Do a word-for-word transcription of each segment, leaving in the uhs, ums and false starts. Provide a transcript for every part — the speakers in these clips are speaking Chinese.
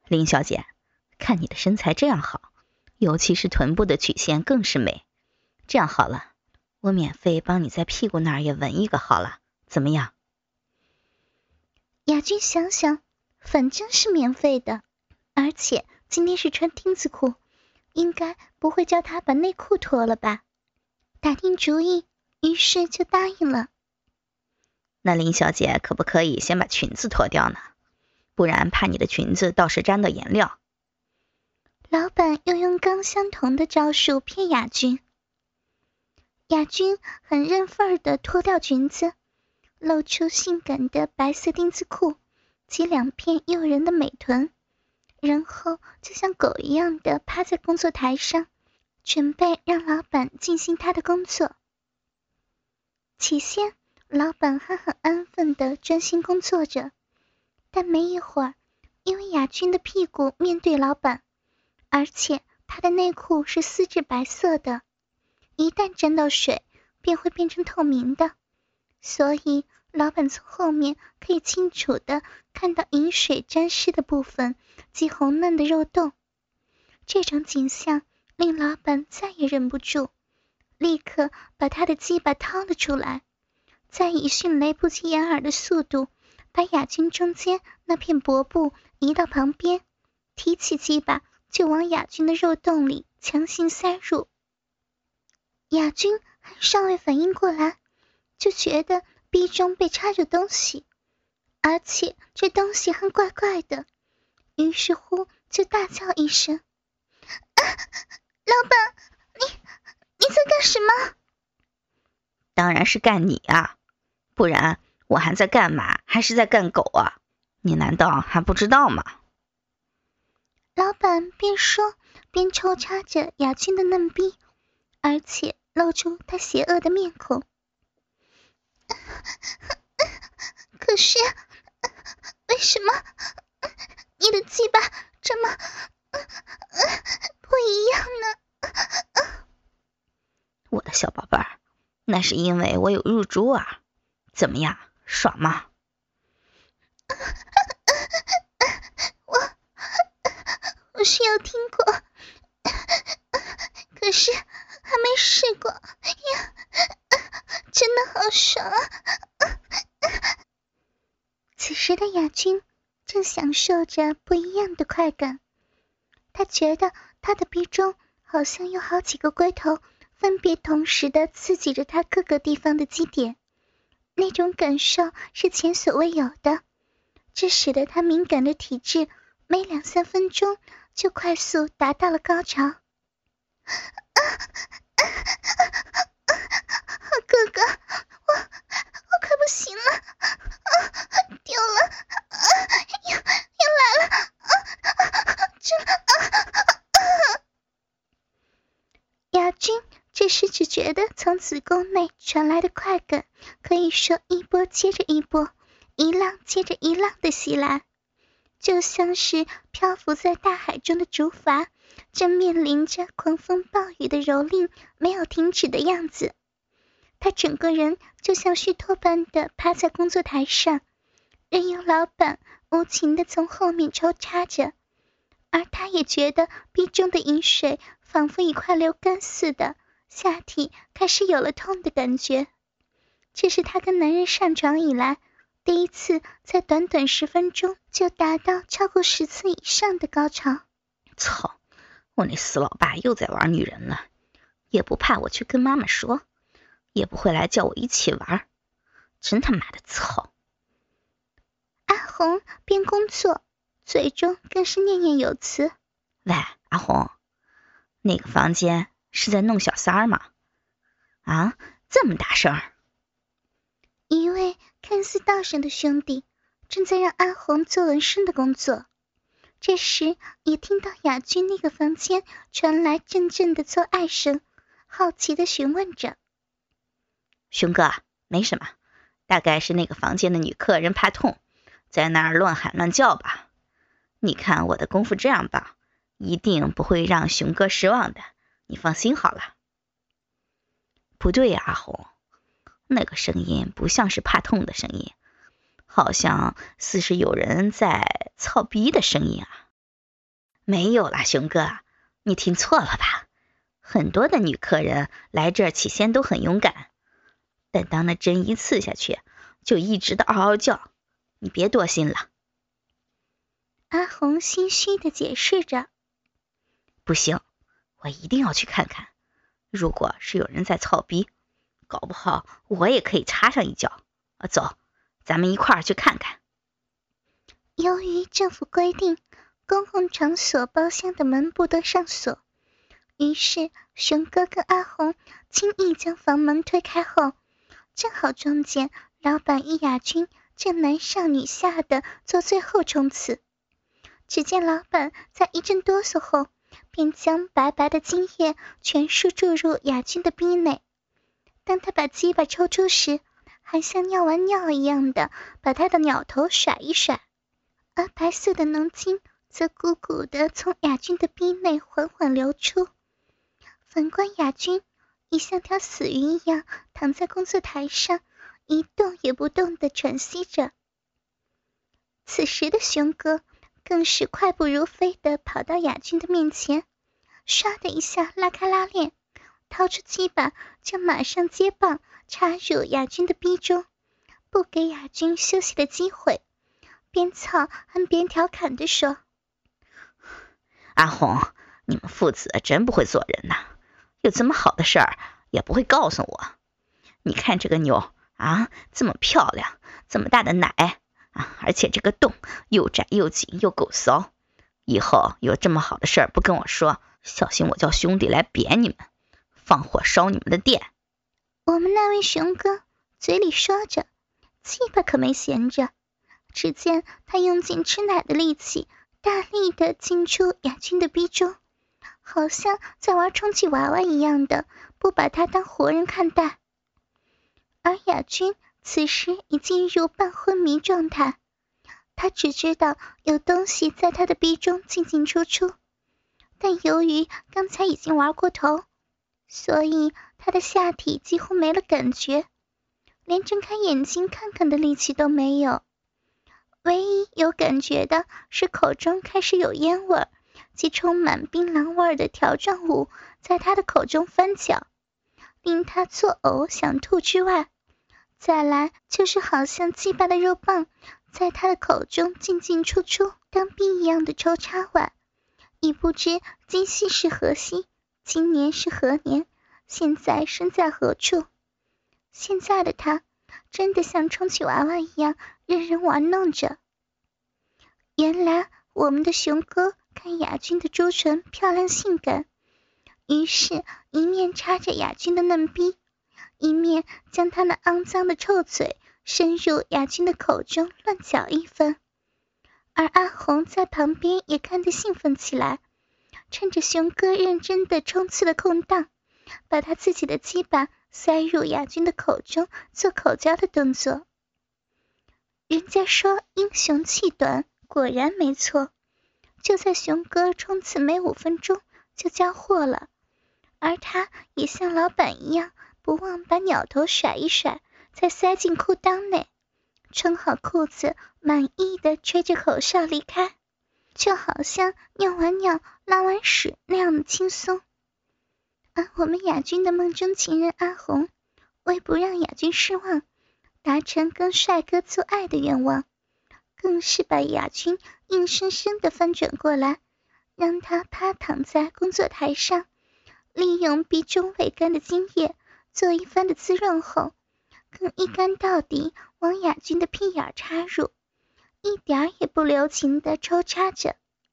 林小姐，看你的身材这样好，尤其是臀部的曲线更是美。这样好了，我免费帮你在屁股那儿也纹一个好了，怎么样？ 雅君想想，反正是免费的，而且今天是穿丁字裤，应该不会叫他把内裤脱了吧？打定主意，于是就答应了。 那林小姐可不可以先把裙子脱掉呢？不然怕你的裙子倒是沾到颜料。 老板又用刚相同的招数骗雅君。雅君很认份儿地脱掉裙子，露出性感的白色丁字裤及两片诱人的美臀，然后就像狗一样的趴在工作台上，准备让老板进行他的工作。起先，老板还很安分地专心工作着，但没一会儿，因为雅君的屁股面对老板，而且她的内裤是丝质白色的，一旦沾到水便会变成透明的，所以老板从后面可以清楚地看到饮水沾湿的部分及红嫩的肉洞。这种景象令老板再也忍不住，立刻把他的鸡巴掏了出来，再以迅雷不及掩耳的速度把雅君中间那片薄布移到旁边，提起鸡巴就往雅君的肉洞里强行塞入。雅君还尚未反应过来，就觉得逼中被插着东西，而且这东西还怪怪的，于是乎就大叫一声：啊，老板，你你在干什么？ 当然是干你啊，不然我还在干嘛？还是在干狗啊？你难道还不知道吗？ 老板边说边抽插着雅君的嫩逼，而且露出他邪恶的面孔。可是为什么你的鸡巴这么不一样呢？ 我的小宝贝儿，那是因为我有入珠啊，怎么样，爽吗？ 我我是有听过，可是还没试过呀，真的好爽啊！此时的雅君正享受着不一样的快感，她觉得她的逼中好像有好几个龟头分别同时地刺激着她各个地方的基点，那种感受是前所未有的，这使得她敏感的体质每两三分钟就快速达到了高潮。啊啊啊啊啊、哥哥，我我快不行了，啊，丢了，啊，又又来了，啊啊，这啊啊！雅君这时只觉得从子宫内传来的快感，可以说一波接着一波，一浪接着一浪的袭来，就像是漂浮在大海中的竹筏，正面临着狂风暴雨的蹂躏没有停止的样子。他整个人就像虚脱般的趴在工作台上，任由老板无情地从后面抽插着，而他也觉得逼中的饮水仿佛已快流干似的，下体开始有了痛的感觉。这是他跟男人上床以来第一次在短短十分钟就达到超过十次以上的高潮。 操，我那死老爸又在玩女人了，也不怕我去跟妈妈说，也不会来叫我一起玩，真他妈的操！ 阿红边工作，嘴中更是念念有词。 喂，阿红，那个房间是在弄小三儿吗？啊，这么大声儿！ 一位看似道上的兄弟正在让阿红做纹身的工作，这时也听到雅君那个房间传来阵阵的做爱声，好奇地询问着。 熊哥，没什么，大概是那个房间的女客人怕痛，在那儿乱喊乱叫吧。你看我的功夫这样棒，一定不会让熊哥失望的，你放心好了。不对呀，阿红，那个声音不像是怕痛的声音，好像似是有人在操逼的声音啊。 没有啦，熊哥，你听错了吧？很多的女客人来这儿起先都很勇敢，但当那针一刺下去，就一直的嗷嗷叫，你别多心了。 阿红心虚的解释着。 不行，我一定要去看看，如果是有人在操逼，搞不好我也可以插上一脚。啊，走，咱们一块儿去看看。 由于政府规定，公共场所包厢的门不得上锁，于是熊哥跟阿红轻易将房门推开后，正好撞见老板与亚军正男上女下的做最后冲刺。只见老板在一阵哆嗦后，便将白白的精液全数注入亚军的逼内。当他把鸡巴抽出时，还像尿完尿一样的把他的鸟头甩一甩，而白色的浓精则鼓鼓的从亚军的逼内缓缓流出。反观亚军，已像条死鱼一样躺在工作台上，一动也不动地喘息着。此时的熊哥更是快步如飞地跑到亚军的面前，唰的一下拉开拉链，掏出鸡巴就马上接棒插入亚军的逼中，不给亚军休息的机会，边操还边调侃地说： 阿红，你们父子真不会做人呐，有这么好的事儿也不会告诉我。你看这个妞啊，这么漂亮，这么大的奶啊，而且这个洞又窄又紧又狗骚，以后有这么好的事儿不跟我说，小心我叫兄弟来扁你们，放火烧你们的店。 我们那位熊哥嘴里说着，鸡巴可没闲着，只见他用尽吃奶的力气，大力地进出亚军的逼中，好像在玩充气娃娃一样的，不把他当活人看待。而亚军此时已进入半昏迷状态，他只知道有东西在他的逼中进进出出，但由于刚才已经玩过头，所以他的下体几乎没了感觉，连睁开眼睛看看的力气都没有。唯一有感觉的是口中开始有烟味，及充满槟榔味的条状物在他的口中翻搅，令他作呕想吐之外，再来就是好像鸡巴的肉棒在他的口中进进出出，当逼一样的抽插外，已不知今夕是何夕，今年是何年，现在身在何处。现在的他真的像充气娃娃一样任人玩弄着。原来我们的熊哥看亚军的朱唇漂亮性感，于是一面插着亚军的嫩逼，一面将他那肮脏的臭嘴伸入亚军的口中乱搅一番。而阿红在旁边也看得兴奋起来，趁着熊哥认真的冲刺的空档，把他自己的鸡巴塞入亚军的口中做口交的动作。人家说英雄气短，果然没错，就在熊哥冲刺没五分钟就交货了，而他也像老板一样，不忘把鸟头甩一甩，再塞进裤裆内，穿好裤子，满意的吹着口哨离开，就好像尿完尿拉完屎那样的轻松。而我们亚军的梦中情人阿红，为不让亚军失望，达成跟帅哥做爱的愿望，更是把亚军硬生生的翻转过来，让他趴躺在工作台上，利用鼻中未干的精液做一番的滋润后，更一干到底往亚军的屁眼插入，一点也不留情的抽插着。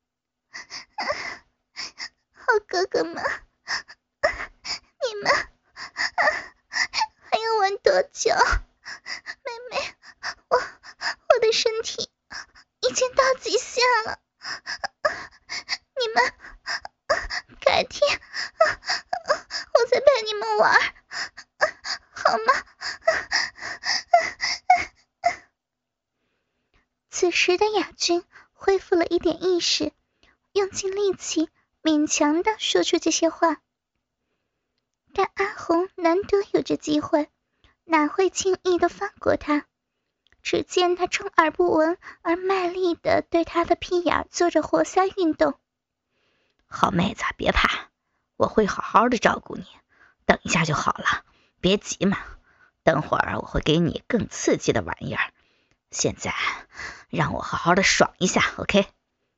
好哥哥们，你们还要玩多久？妹妹，我我的身体已经到极限了，你们改天我再陪你们玩，好吗？此时的亚军恢复了一点意识，用尽力气勉强地说出这些话。但阿红难得有这机会，哪会轻易地放过他？只见他充耳不闻而卖力地对他的屁眼做着活塞运动， 好妹子，别怕，我会好好的照顾你，等一下就好了，别急嘛。等会儿我会给你更刺激的玩意儿，现在让我好好的爽一下 ，OK？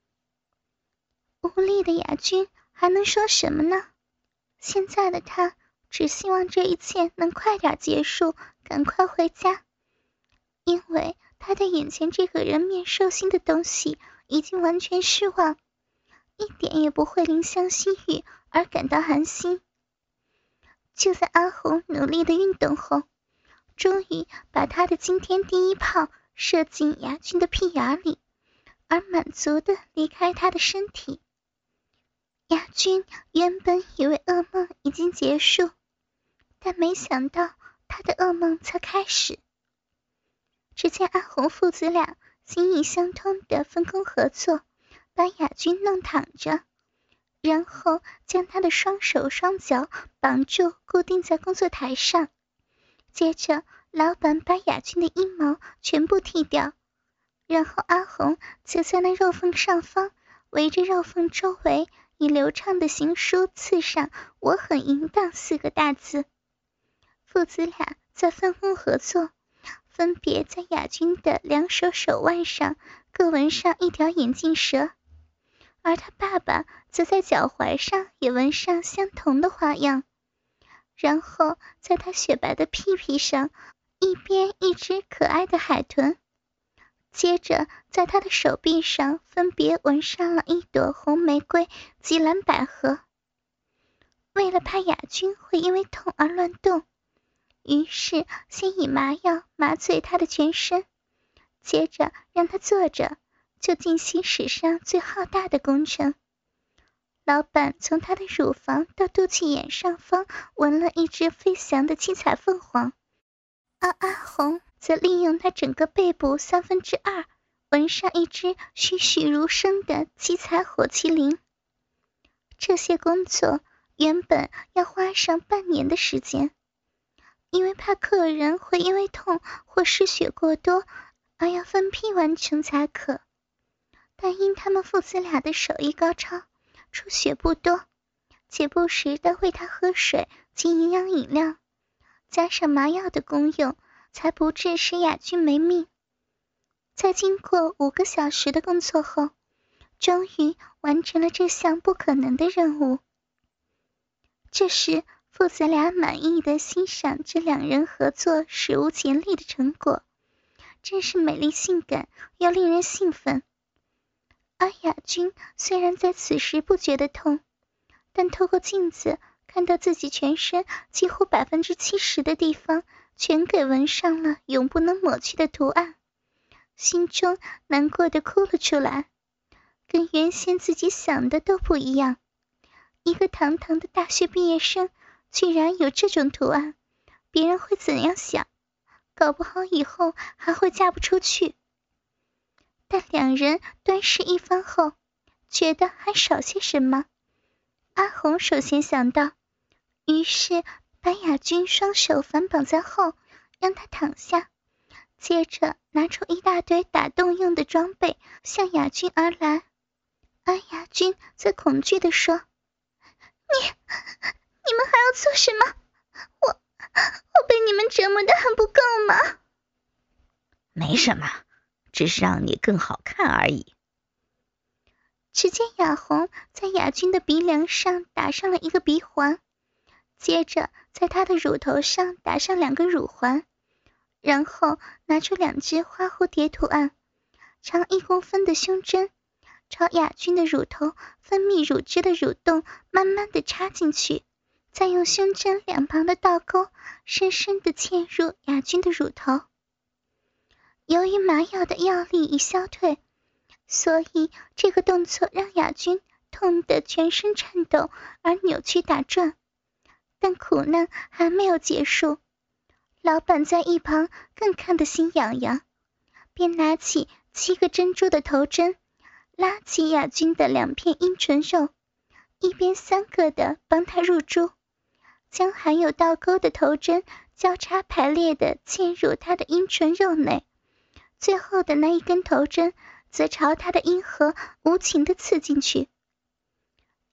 无力的雅君还能说什么呢？现在的他只希望这一切能快点结束，赶快回家，因为他对眼前这个人面兽心的东西已经完全失望，一点也不会怜香惜玉而感到寒心。就在阿红努力的运动后，终于把他的惊天第一炮射进雅君的屁眼里，而满足的离开他的身体。雅君原本以为噩梦已经结束，但没想到他的噩梦才开始。只见阿红父子俩心意相通的分工合作，把雅君弄躺着，然后将他的双手双脚绑住固定在工作台上。接着老板把雅君的阴毛全部剃掉，然后阿红则在那肉缝上方围着肉缝周围以流畅的行书刺上我很淫荡四个大字。父子俩再分工合作，分别在雅君的两手手腕上各纹上一条眼镜蛇，而他爸爸则在脚踝上也纹上相同的花样，然后在他雪白的屁屁上一边一只可爱的海豚，接着在他的手臂上分别纹上了一朵红玫瑰及蓝百合。为了怕雅君会因为痛而乱动，于是先以麻药麻醉他的全身，接着让他坐着，就进行史上最浩大的工程。老板从他的乳房到肚脐眼上方纹了一只飞翔的七彩凤凰，而阿红则利用他整个背部三分之二纹上一只栩栩如生的七彩火麒麟。这些工作原本要花上半年的时间，因为怕客人会因为痛或失血过多而要分批完成才可，但因他们父子俩的手艺高超，出血不多，且不时的喂他喝水及营养饮料，加上麻药的功用，才不致使雅君没命。在经过五个小时的工作后，终于完成了这项不可能的任务。这时父子俩满意的欣赏这两人合作史无前例的成果，真是美丽性感又令人兴奋。而雅君虽然在此时不觉得痛，但透过镜子看到自己全身几乎百分之七十的地方全给纹上了永不能抹去的图案，心中难过的哭了出来，跟原先自己想的都不一样。一个堂堂的大学毕业生居然有这种图案，别人会怎样想？搞不好以后还会嫁不出去。但两人端视一番后，觉得还少些什么。阿红首先想到，于是把雅君双手反绑在后，让她躺下，接着拿出一大堆打洞用的装备向雅君而来。而雅君则恐惧地说：你你们还要做什么？我我被你们折磨得很不够吗？ 没什么，只是让你更好看而已。 只见雅红在雅君的鼻梁上打上了一个鼻环，接着在她的乳头上打上两个乳环，然后拿出两只花蝴蝶图案、长一公分的胸针，朝雅君的乳头分泌乳汁的乳洞慢慢地插进去，再用胸针两旁的倒钩深深地嵌入雅君的乳头。由于麻药的药力已消退，所以这个动作让雅君痛得全身颤抖而扭曲打转。但苦难还没有结束，老板在一旁更看得心痒痒，便拿起七个珍珠的头针，拉起雅君的两片阴唇肉，一边三个的帮她入珠，将含有倒钩的头针交叉排列地嵌入她的阴唇肉内，最后的那一根头针则朝她的阴核无情地刺进去。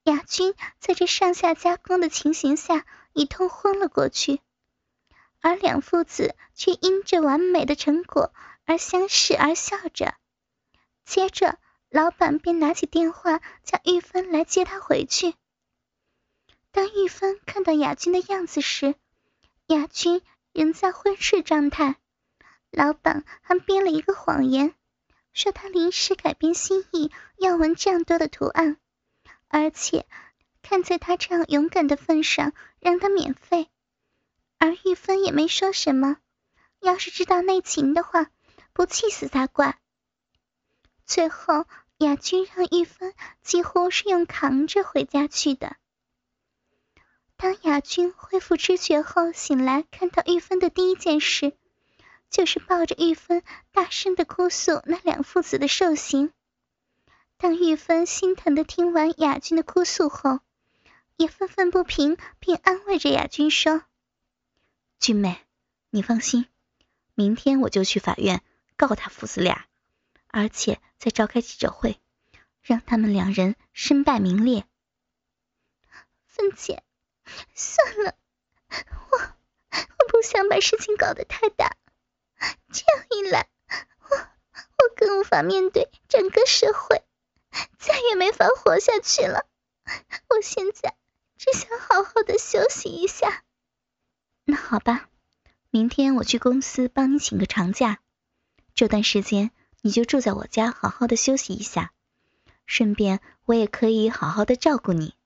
雅君在这上下夹攻的情形下一通昏了过去，而两父子却因这完美的成果而相视而笑着。接着老板便拿起电话叫玉芬来接他回去。当玉芬看到雅君的样子时，雅君仍在昏睡状态，老板还编了一个谎言，说他临时改变心意要纹这样多的图案，而且看在他这样勇敢的份上让他免费。而玉芬也没说什么，要是知道内情的话不气死他怪。最后雅君让玉芬几乎是用扛着回家去的。当雅君恢复知觉后醒来，看到玉芬的第一件事就是抱着玉芬大声地哭诉那两父子的受刑。当玉芬心疼地听完雅君的哭诉后，也愤愤不平，并安慰着雅君说： 君妹，你放心，明天我就去法院告他父子俩，而且再召开记者会，让他们两人身败名裂。 芬姐，算了，我我不想把事情搞得太大，这样一来，我我更无法面对整个社会，再也没法活下去了。我现在只想好好的休息一下。 那好吧，明天我去公司帮你请个长假，这段时间你就住在我家好好的休息一下，顺便我也可以好好的照顾你。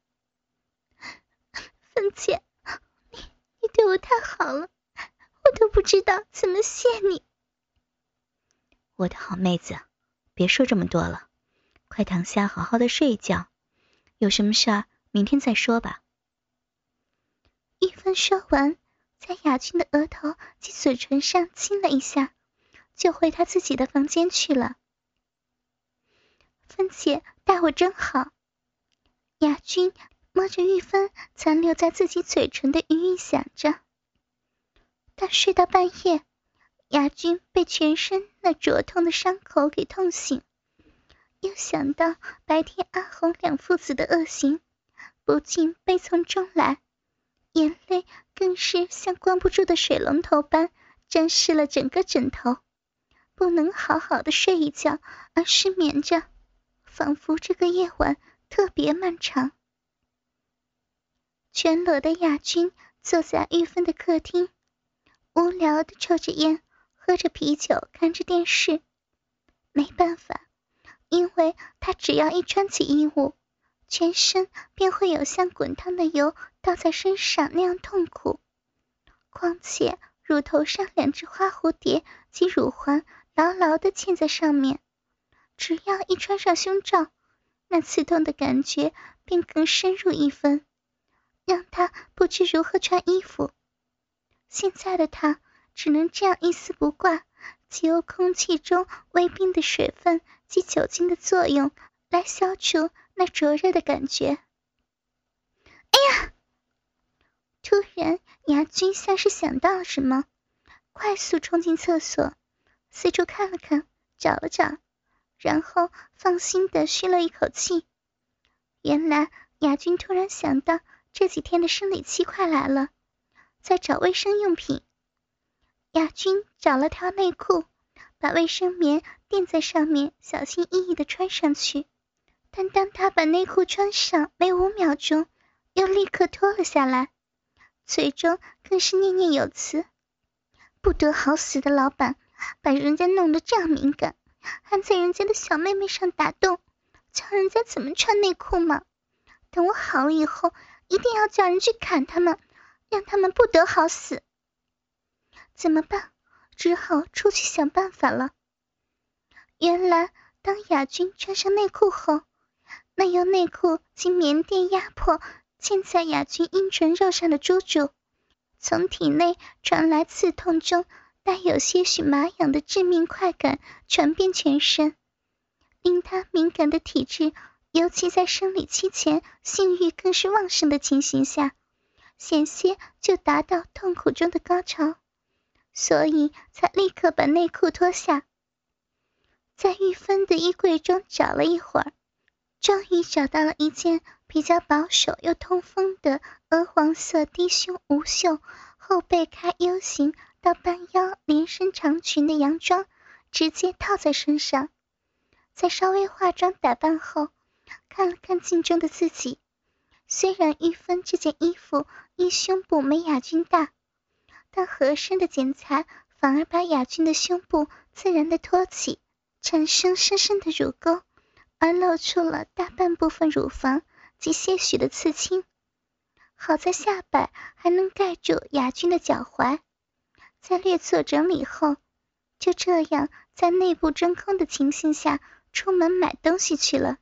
芬姐，你你对我太好了，我都不知道怎么谢你。 我的好妹子，别说这么多了，快躺下好好的睡一觉，有什么事儿明天再说吧。 玉芬说完，在雅君的额头及嘴唇上亲了一下，就回她自己的房间去了。芬姐待我真好。雅君摸着玉芬残留在自己嘴唇的余韵想着。但睡到半夜，雅君被全身那灼痛的伤口给痛醒，又想到白天阿红两父子的恶行，不禁悲从中来，眼泪更是像关不住的水龙头般沾湿了整个枕头，不能好好的睡一觉，而失眠着，仿佛这个夜晚特别漫长。全裸的雅君坐在玉芬的客厅，无聊地抽着烟，喝着啤酒，看着电视。没办法，因为她只要一穿起衣物，全身便会有像滚烫的油倒在身上那样痛苦。况且乳头上两只花蝴蝶及乳环牢牢地嵌在上面，只要一穿上胸罩，那刺痛的感觉便更深入一分，让她不知如何穿衣服。现在的她只能这样一丝不挂，藉由空气中微冰的水分及酒精的作用来消除那灼热的感觉。哎呀！突然雅君像是想到了什么，快速冲进厕所，四处看了看，找了找，然后放心地吁了一口气。原来雅君突然想到这几天的生理期快来了，在找卫生用品。雅君找了条内裤，把卫生棉垫在上面，小心翼翼地穿上去。但当她把内裤穿上没五秒钟，又立刻脱了下来，嘴中更是念念有词：不得好死的老板，把人家弄得这样敏感，还在人家的小妹妹上打洞，教人家怎么穿内裤吗？等我好了以后，一定要叫人去砍他们，让他们不得好死。怎么办？只好出去想办法了。原来当雅君穿上内裤后，那由内裤及棉垫压迫嵌在雅君阴唇肉上的珠珠，从体内传来刺痛中带有些许麻痒的致命快感传遍全身，令她敏感的体质，尤其在生理期前性欲更是旺盛的情形下，险些就达到痛苦中的高潮，所以才立刻把内裤脱下。在玉芬的衣柜中找了一会儿，终于找到了一件比较保守又通风的鹅黄色低胸无袖后背开 U 型到半腰连身长裙的洋装直接套在身上。在稍微化妆打扮后，看了看镜中的自己，虽然玉芬这件衣服因胸部没雅君大，但合身的剪裁反而把雅君的胸部自然的托起，产生深深的乳沟，而露出了大半部分乳房及些许的刺青。好在下摆还能盖住雅君的脚踝，在略做整理后，就这样在内部真空的情形下出门买东西去了。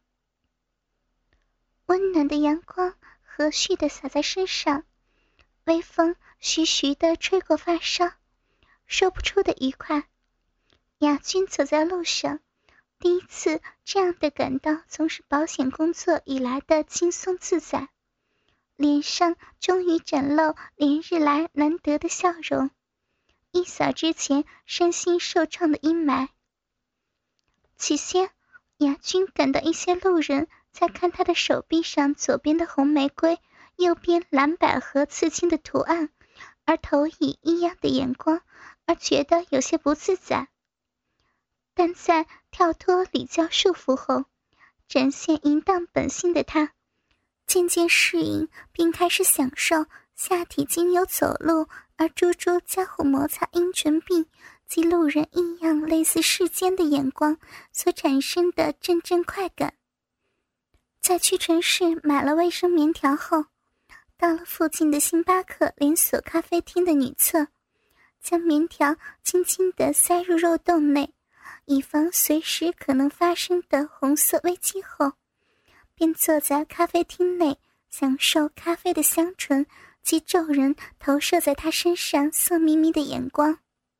温暖的阳光和煦地洒在身上，微风徐徐地吹过发梢，说不出的愉快。雅君走在路上，第一次这样的感到从事保险工作以来的轻松自在，脸上终于展露连日来难得的笑容，一扫之前身心受创的阴霾。起先，雅君感到一些路人在看她的手臂上左边的红玫瑰，右边蓝百合刺青的图案，而投以异样的眼光，而觉得有些不自在。但在跳脱礼教束缚后，展现淫荡本性的她渐渐适应，并开始享受下体经由走路而猪猪交互摩擦阴唇壁及路人异样类似世间的眼光所产生的阵阵快感。在屈臣氏买了卫生棉条后，到了附近的星巴克连锁咖啡厅的女厕，将棉条轻轻地塞入肉洞内，以防随时可能发生的红色危机后，便坐在咖啡厅内享受咖啡的香醇及众人投射在他身上色眯眯的眼光。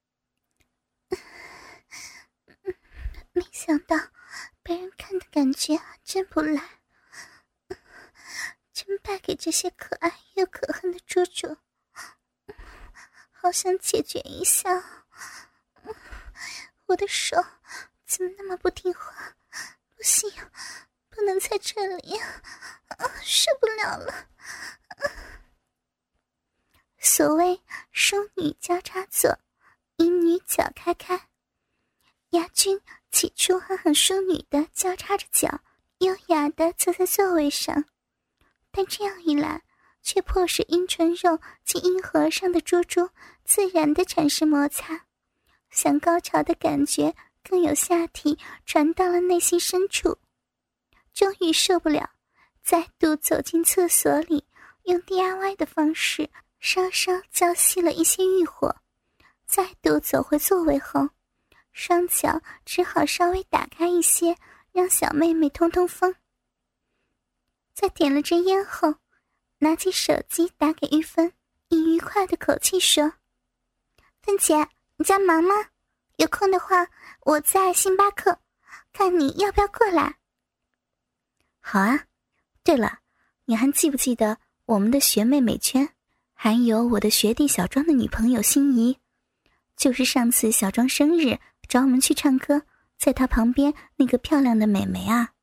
没想到被人看的感觉真不赖，真败给这些可爱又可恨的猪猪，好想解决一下。我的手怎么那么不听话？不行，不能在这里，受不了了。所谓淑女交叉坐，淫女脚开开。雅君起初还很淑女地交叉着脚，优雅地坐在座位上，但这样一来，却迫使阴唇肉及阴核上的猪猪自然地产生摩擦，想高潮的感觉更有下体传到了内心深处。终于受不了，再度走进厕所里，用 D I Y 的方式稍稍浇熄了一些欲火，再度走回座位后，双脚只好稍微打开一些，让小妹妹通通风。在点了支烟后，拿起手机打给玉芬，以愉快的口气说：芬姐，你在忙吗？有空的话，我在星巴克，看你要不要过来。 好啊，对了，你还记不记得我们的学妹美娟，还有我的学弟小庄的女朋友心怡，就是上次小庄生日找我们去唱歌，在她旁边那个漂亮的美眉啊。